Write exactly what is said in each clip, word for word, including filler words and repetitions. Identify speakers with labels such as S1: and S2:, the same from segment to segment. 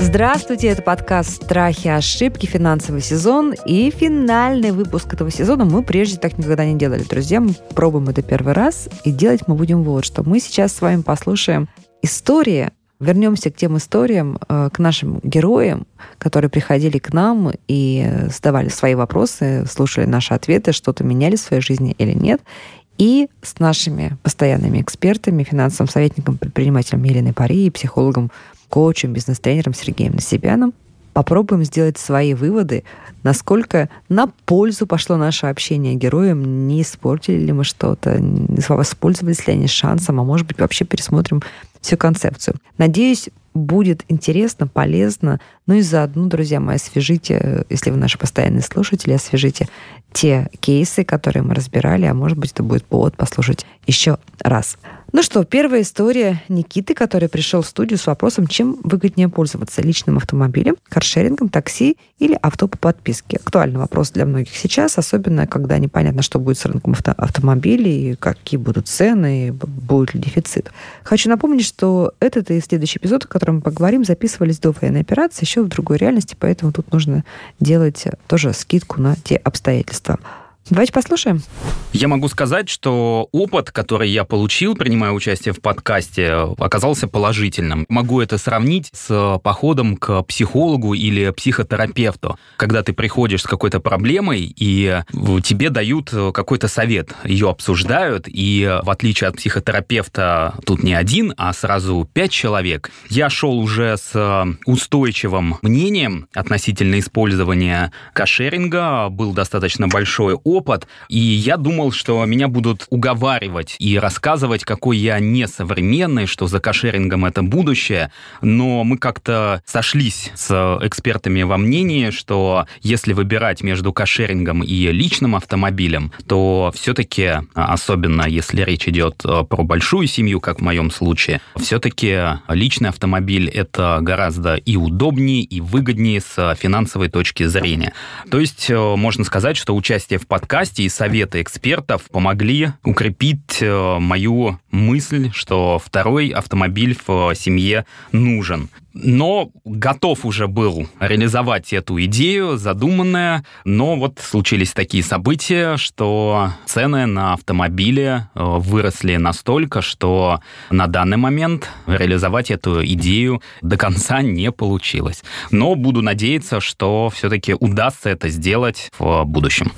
S1: Здравствуйте, это подкаст «Страхи и ошибки», финансовый сезон. И финальный выпуск этого сезона мы прежде так никогда не делали. Друзья, мы пробуем это первый раз, и делать мы будем вот что. Мы сейчас с вами послушаем истории, вернемся к тем историям, к нашим героям, которые приходили к нам и задавали свои вопросы, слушали наши ответы, что-то меняли в своей жизни или нет. И с нашими постоянными экспертами, финансовым советником, предпринимателем Еленой Пари и психологом, коучем, бизнес-тренером Сергеем Насибяном попробуем сделать свои выводы, насколько на пользу пошло наше общение героям, не испортили ли мы что-то, не воспользовались ли они шансом, а может быть, вообще пересмотрим всю концепцию. Надеюсь, будет интересно, полезно. Ну и заодно, друзья мои, освежите, если вы наши постоянные слушатели, освежите те кейсы, которые мы разбирали, а может быть, это будет повод послушать еще раз. Ну что, первая история Никиты, который пришел в студию с вопросом, чем выгоднее пользоваться: личным автомобилем, каршерингом, такси или авто по подписке. Актуальный вопрос для многих сейчас, особенно когда непонятно, что будет с рынком авто- автомобилей, какие будут цены, будет ли дефицит. Хочу напомнить, что этот и следующий эпизод, о котором мы поговорим, записывались до военной операции, еще в другой реальности, поэтому тут нужно делать тоже скидку на те обстоятельства. Давайте послушаем.
S2: Я могу сказать, что опыт, который я получил, принимая участие в подкасте, оказался положительным. Могу это сравнить с походом к психологу или психотерапевту. Когда ты приходишь с какой-то проблемой, и тебе дают какой-то совет, ее обсуждают, и в отличие от психотерапевта тут не один, а сразу пять человек, я шел уже с устойчивым мнением относительно использования каршеринга, был достаточно большой опыт, опыт, и я думал, что меня будут уговаривать и рассказывать, какой я несовременный, что за каршерингом это будущее, но мы как-то сошлись с экспертами во мнении, что если выбирать между каршерингом и личным автомобилем, то все-таки, особенно если речь идет про большую семью, как в моем случае, все-таки личный автомобиль это гораздо и удобнее, и выгоднее с финансовой точки зрения. То есть можно сказать, что участие в подкасте подкасте и советы экспертов помогли укрепить мою мысль, что второй автомобиль в семье нужен. Но готов уже был реализовать эту идею, задуманная, но вот случились такие события, что цены на автомобили выросли настолько, что на данный момент реализовать эту идею до конца не получилось. Но буду надеяться, что все-таки удастся это сделать в будущем.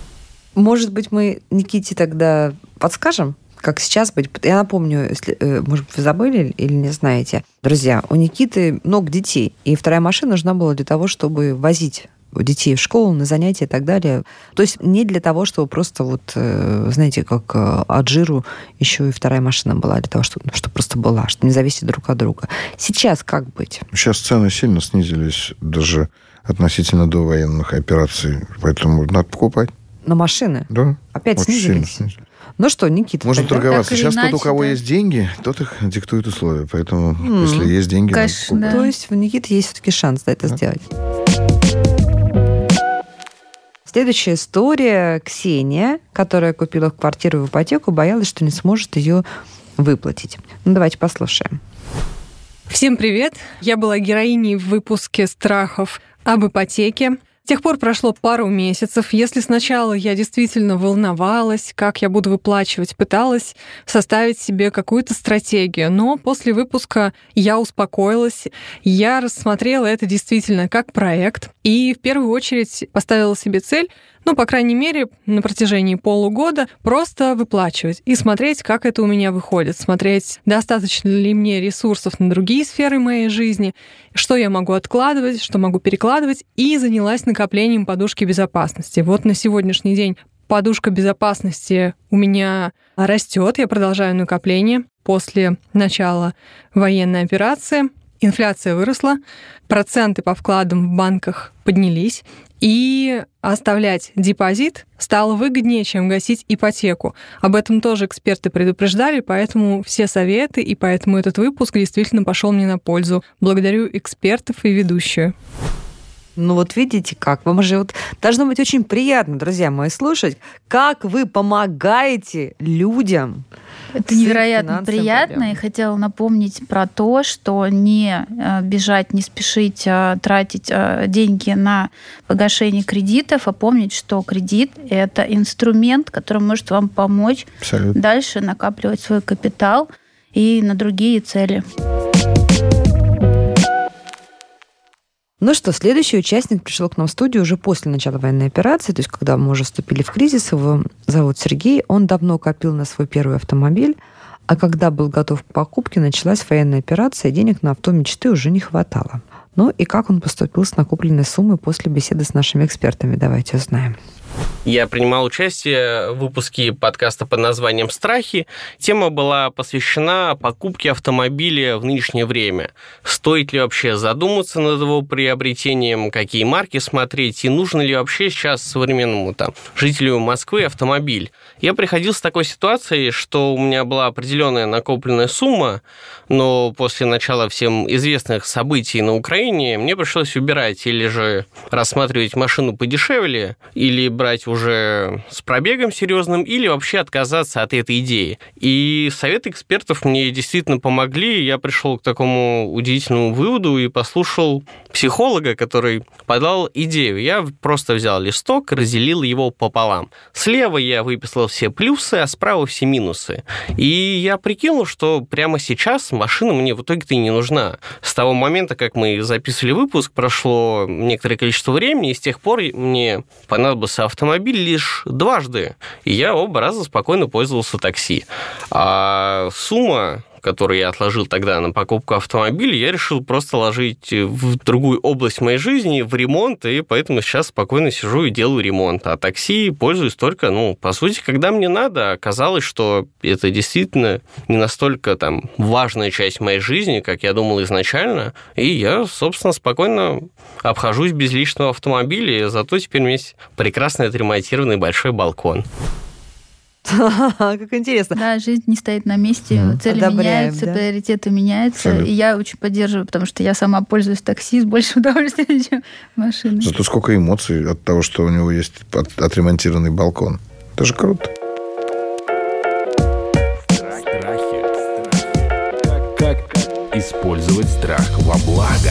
S1: Может быть, мы Никите тогда подскажем, как сейчас быть? Я напомню, если, может быть, вы забыли или не знаете. Друзья, у Никиты много детей, и вторая машина нужна была для того, чтобы возить детей в школу, на занятия и так далее. То есть не для того, чтобы просто вот, знаете, как от жиру еще и вторая машина была, для того, чтобы, чтобы просто была, чтобы не зависеть друг от друга. Сейчас как быть?
S3: Сейчас цены сильно снизились даже относительно до военных операций, поэтому надо покупать.
S1: На машины?
S3: Да.
S1: Опять
S3: очень
S1: снизились?
S3: Сильно снизились.
S1: Ну что, Никита?
S3: Можно
S1: тогда?
S3: торговаться. Сейчас
S4: иначе,
S3: тот, у кого
S4: да.
S3: есть деньги, тот их диктует условия. Поэтому,
S1: Mm.
S3: если есть деньги,
S4: Конечно,
S3: надо
S4: да.
S1: То есть у Никиты есть все-таки шанс да, это
S3: Да.
S1: сделать. Следующая история. Ксения, которая купила квартиру в ипотеку, боялась, что не сможет ее выплатить. Ну, давайте послушаем.
S5: Всем привет! Я была героиней в выпуске «Страхов об ипотеке». С тех пор прошло пару месяцев. Если сначала я действительно волновалась, как я буду выплачивать, пыталась составить себе какую-то стратегию, но после выпуска я успокоилась, я рассмотрела это действительно как проект и в первую очередь поставила себе цель, ну, по крайней мере, на протяжении полугода просто выплачивать и смотреть, как это у меня выходит, смотреть, достаточно ли мне ресурсов на другие сферы моей жизни, что я могу откладывать, что могу перекладывать, и занялась накоплением подушки безопасности. Вот на сегодняшний день подушка безопасности у меня растет, я продолжаю накопление после начала военной операции. Инфляция выросла, проценты по вкладам в банках поднялись, и оставлять депозит стало выгоднее, чем гасить ипотеку. Об этом тоже эксперты предупреждали, поэтому все советы, и поэтому этот выпуск действительно пошел мне на пользу. Благодарю экспертов и ведущую.
S1: Ну вот видите как. Вам же вот должно быть очень приятно, друзья мои, слушать, как вы помогаете людям.
S4: Это невероятно приятно. Проблемам. И хотела напомнить про то, что не бежать, не спешить тратить деньги на погашение кредитов, а помнить, что кредит – это инструмент, который может вам помочь Абсолютно. Дальше накапливать свой капитал и на другие цели.
S1: Ну что, следующий участник пришел к нам в студию уже после начала военной операции, то есть когда мы уже вступили в кризис. Его зовут Сергей, он давно копил на свой первый автомобиль, а когда был готов к покупке, началась военная операция, и денег на авто мечты уже не хватало. Ну и как он поступил с накопленной суммой после беседы с нашими экспертами, давайте узнаем.
S6: Я принимал участие в выпуске подкаста под названием «Страхи». Тема была посвящена покупке автомобиля в нынешнее время. Стоит ли вообще задуматься над его приобретением, какие марки смотреть, и нужен ли вообще сейчас современному там, жителю Москвы автомобиль. Я приходил с такой ситуацией, что у меня была определенная накопленная сумма, но после начала всем известных событий на Украине мне пришлось выбирать или же рассматривать машину подешевле, или брать уже с пробегом серьезным, или вообще отказаться от этой идеи. И советы экспертов мне действительно помогли. Я пришел к такому удивительному выводу и послушал психолога, который подал идею. Я просто взял листок и разделил его пополам. Слева я выписал все плюсы, а справа все минусы. И я прикинул, что прямо сейчас машина мне в итоге-то и не нужна. С того момента, как мы записывали выпуск, прошло некоторое количество времени, и с тех пор мне понадобился автомобиль лишь дважды, и я оба раза спокойно пользовался такси. А сумма, которую я отложил тогда на покупку автомобиля, я решил просто ложить в другую область моей жизни, в ремонт, и поэтому сейчас спокойно сижу и делаю ремонт. А такси пользуюсь только, ну, по сути, когда мне надо. Оказалось, что это действительно не настолько там важная часть моей жизни, как я думал изначально, и я, собственно, спокойно обхожусь без личного автомобиля, зато теперь у меня есть прекрасно отремонтированный большой балкон.
S1: Как интересно.
S4: Да, жизнь не стоит на месте, mm. цели Одобряем, меняются, да? Приоритеты меняются. Абсолютно. И я очень поддерживаю, потому что я сама пользуюсь такси с большим удовольствием, чем машиной.
S3: Зато сколько эмоций от того, что у него есть отремонтированный балкон. Это же круто.
S7: Страхи. Как использовать страх во благо?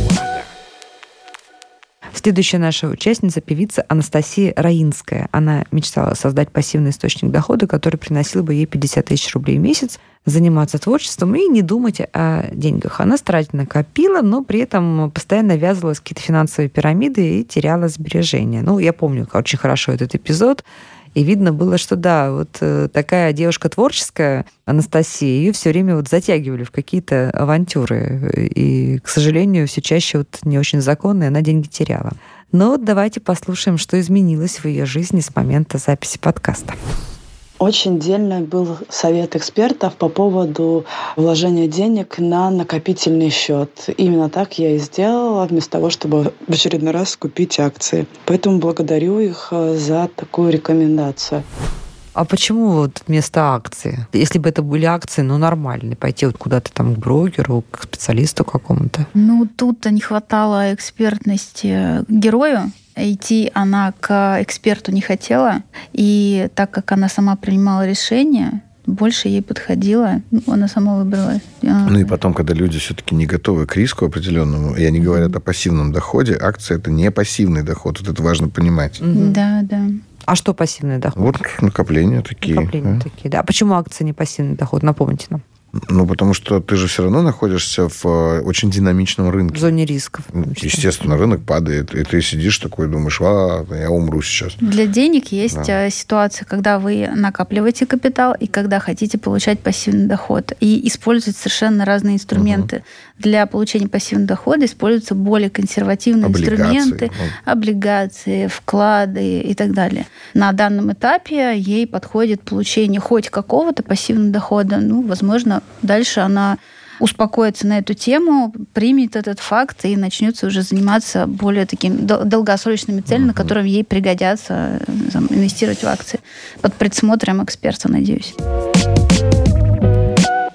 S1: Следующая наша участница – певица Анастасия Раинская. Она мечтала создать пассивный источник дохода, который приносил бы ей пятьдесят тысяч рублей в месяц, заниматься творчеством и не думать о деньгах. Она старательно копила, но при этом постоянно ввязывалась в какие-то финансовые пирамиды и теряла сбережения. Ну, я помню очень хорошо этот эпизод. И видно было, что да, вот такая девушка творческая, Анастасия, ее все время вот затягивали в какие-то авантюры. И, к сожалению, все чаще вот не очень законные, она деньги теряла. Но вот давайте послушаем, что изменилось в ее жизни с момента записи подкаста.
S8: Очень дельный был совет экспертов по поводу вложения денег на накопительный счет. Именно так я и сделала, вместо того, чтобы в очередной раз купить акции. Поэтому благодарю их за такую рекомендацию.
S1: А почему вот вместо акции? Если бы это были акции, ну, нормальные, пойти вот куда-то там к брокеру, к специалисту какому-то.
S4: Ну, тут-то не хватало экспертности герою. Идти она к эксперту не хотела, и так как она сама принимала решение, больше ей подходило, ну, она сама выбрала.
S3: Ну и потом, когда люди все-таки не готовы к риску определенному, и они говорят о пассивном доходе, акция – это не пассивный доход, вот это важно понимать.
S4: Mm-hmm. Да, да.
S1: А что пассивный доход?
S3: Вот накопления такие.
S1: Накопления да? такие, да. А почему акция не пассивный доход? Напомните нам.
S3: Ну, потому что ты же все равно находишься в очень динамичном рынке.
S1: В зоне рисков.
S3: Естественно, рынок падает, и ты сидишь такой, думаешь, а, я умру сейчас.
S4: Для денег есть да. ситуация, когда вы накапливаете капитал и когда хотите получать пассивный доход. И используют совершенно разные инструменты. Угу. Для получения пассивного дохода используются более консервативные облигации, инструменты, ну. облигации, вклады и так далее. На данном этапе ей подходит получение хоть какого-то пассивного дохода, ну, возможно, дальше она успокоится на эту тему, примет этот факт и начнется уже заниматься более такими долгосрочными целями, uh-huh. которые ей пригодятся там, инвестировать в акции. Под присмотром эксперта, надеюсь.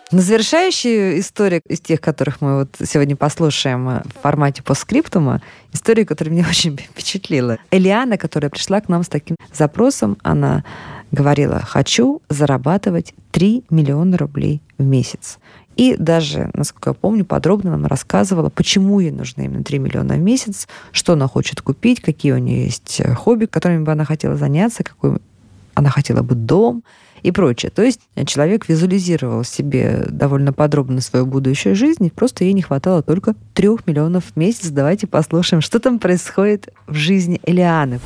S1: Но завершающая история из тех, которых мы вот сегодня послушаем в формате постскриптума, история, которая меня очень впечатлила. Элиана, которая пришла к нам с таким запросом, она говорила: «Хочу зарабатывать три миллиона рублей в месяц». И даже, насколько я помню, подробно нам рассказывала, почему ей нужно именно три миллиона в месяц, что она хочет купить, какие у нее есть хобби, которыми бы она хотела заняться, какой она хотела бы дом и прочее. То есть человек визуализировал себе довольно подробно свою будущую жизнь, и просто ей не хватало только трех миллионов в месяц. Давайте послушаем, что там происходит в жизни Элианы.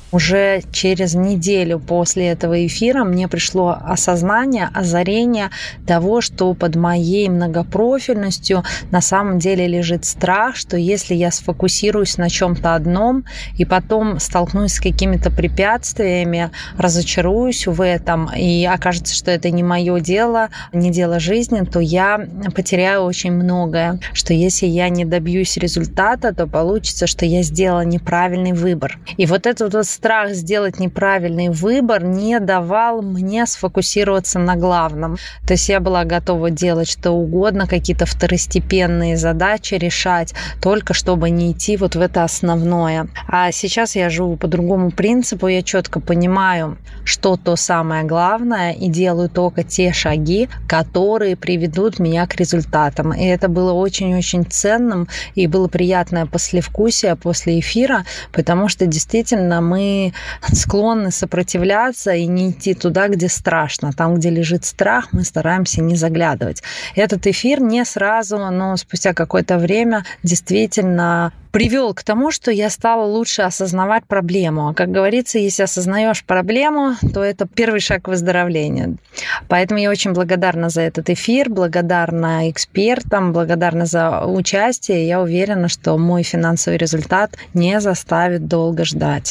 S9: Уже через неделю после этого эфира мне пришло осознание, озарение того, что под моей многопрофильностью на самом деле лежит страх, что если я сфокусируюсь на чем-то одном и потом столкнусь с какими-то препятствиями, разочаруюсь в этом и окажется, что это не мое дело, не дело жизни, то я потеряю очень многое. Что если я не добьюсь результата, то получится, что я сделала неправильный выбор. И вот этот вот страх сделать неправильный выбор не давал мне сфокусироваться на главном. То есть я была готова делать что угодно, какие-то второстепенные задачи решать, только чтобы не идти вот в это основное. А сейчас я живу по другому принципу, я четко понимаю, что то самое главное, и делаю только те шаги, которые приведут меня к результатам. И это было очень-очень ценным, и было приятное послевкусие после эфира, потому что действительно мы склонны сопротивляться и не идти туда, где страшно. Там, где лежит страх, мы стараемся не заглядывать. Этот эфир не сразу, но спустя какое-то время действительно привел к тому, что я стала лучше осознавать проблему. А как говорится, если осознаешь проблему, то это первый шаг к выздоровлению. Поэтому я очень благодарна за этот эфир, благодарна экспертам, благодарна за участие. Я уверена, что мой финансовый результат не заставит долго ждать.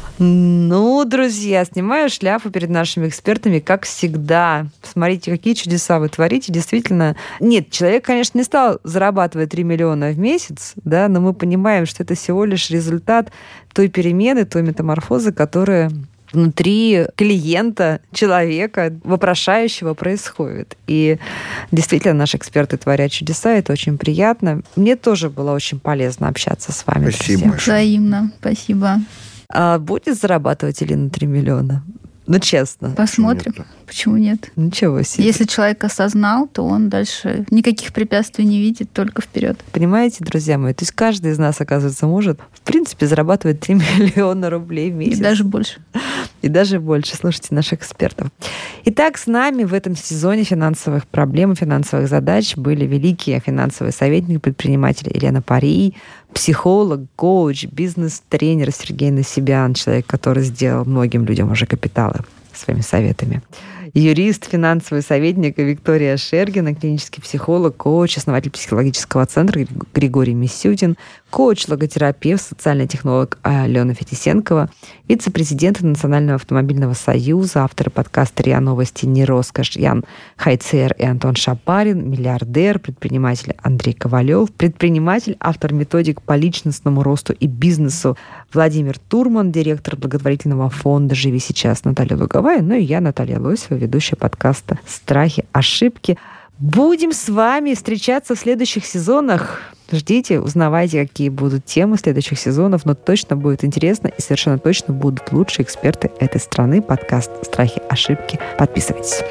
S1: Ну, друзья, снимаю шляпу перед нашими экспертами, как всегда. Смотрите, какие чудеса вы творите. Действительно, нет, человек, конечно, не стал зарабатывать три миллиона в месяц, да, но мы понимаем, что это всего лишь результат той перемены, той метаморфозы, которая внутри клиента, человека, вопрошающего происходит. И действительно, наши эксперты творят чудеса, это очень приятно. Мне тоже было очень полезно общаться с вами.
S3: Спасибо.
S4: Взаимно. Спасибо.
S1: А будет зарабатывать Элина три миллиона? Ну, честно.
S4: Посмотрим. Почему нет?
S1: Ничего себе.
S4: Если человек осознал, то он дальше никаких препятствий не видит, только вперед.
S1: Понимаете, друзья мои? То есть каждый из нас, оказывается, может, в принципе, зарабатывать три миллиона рублей в месяц.
S4: И даже больше.
S1: И даже больше. Слушайте наших экспертов. Итак, с нами в этом сезоне финансовых проблем и финансовых задач были великие финансовые советники, предприниматели Елена Парий, психолог, коуч, бизнес-тренер Сергей Насибян, человек, который сделал многим людям уже капиталы своими советами. Юрист, финансовый советник Виктория Шергина, клинический психолог, коуч, основатель психологического центра Григорий Мисютин, коуч-логотерапевт, социальный технолог Алена Фетисенкова, вице-президент Национального автомобильного союза, авторы подкаста РИА Новости «Не роскошь» Ян Хайцер и Антон Шапарин, миллиардер, предприниматель Андрей Ковалев, предприниматель, автор методик по личностному росту и бизнесу Владимир Турман, директор благотворительного фонда «Живи сейчас» Наталья Луговая, ну и я, Наталья Лосева, ведущая подкаста «Страхи, ошибки». Будем с вами встречаться в следующих сезонах. Ждите, узнавайте, какие будут темы следующих сезонов, но точно будет интересно и совершенно точно будут лучшие эксперты этой страны. Подкаст «Страхи, ошибки». Подписывайтесь.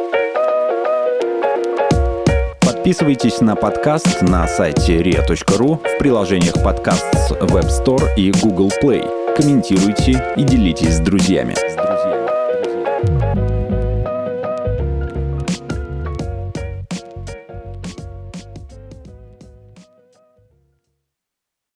S7: Подписывайтесь на подкаст на сайте риа точка ру, в приложениях подкаст с Web Store и Google Play. Комментируйте и делитесь с друзьями.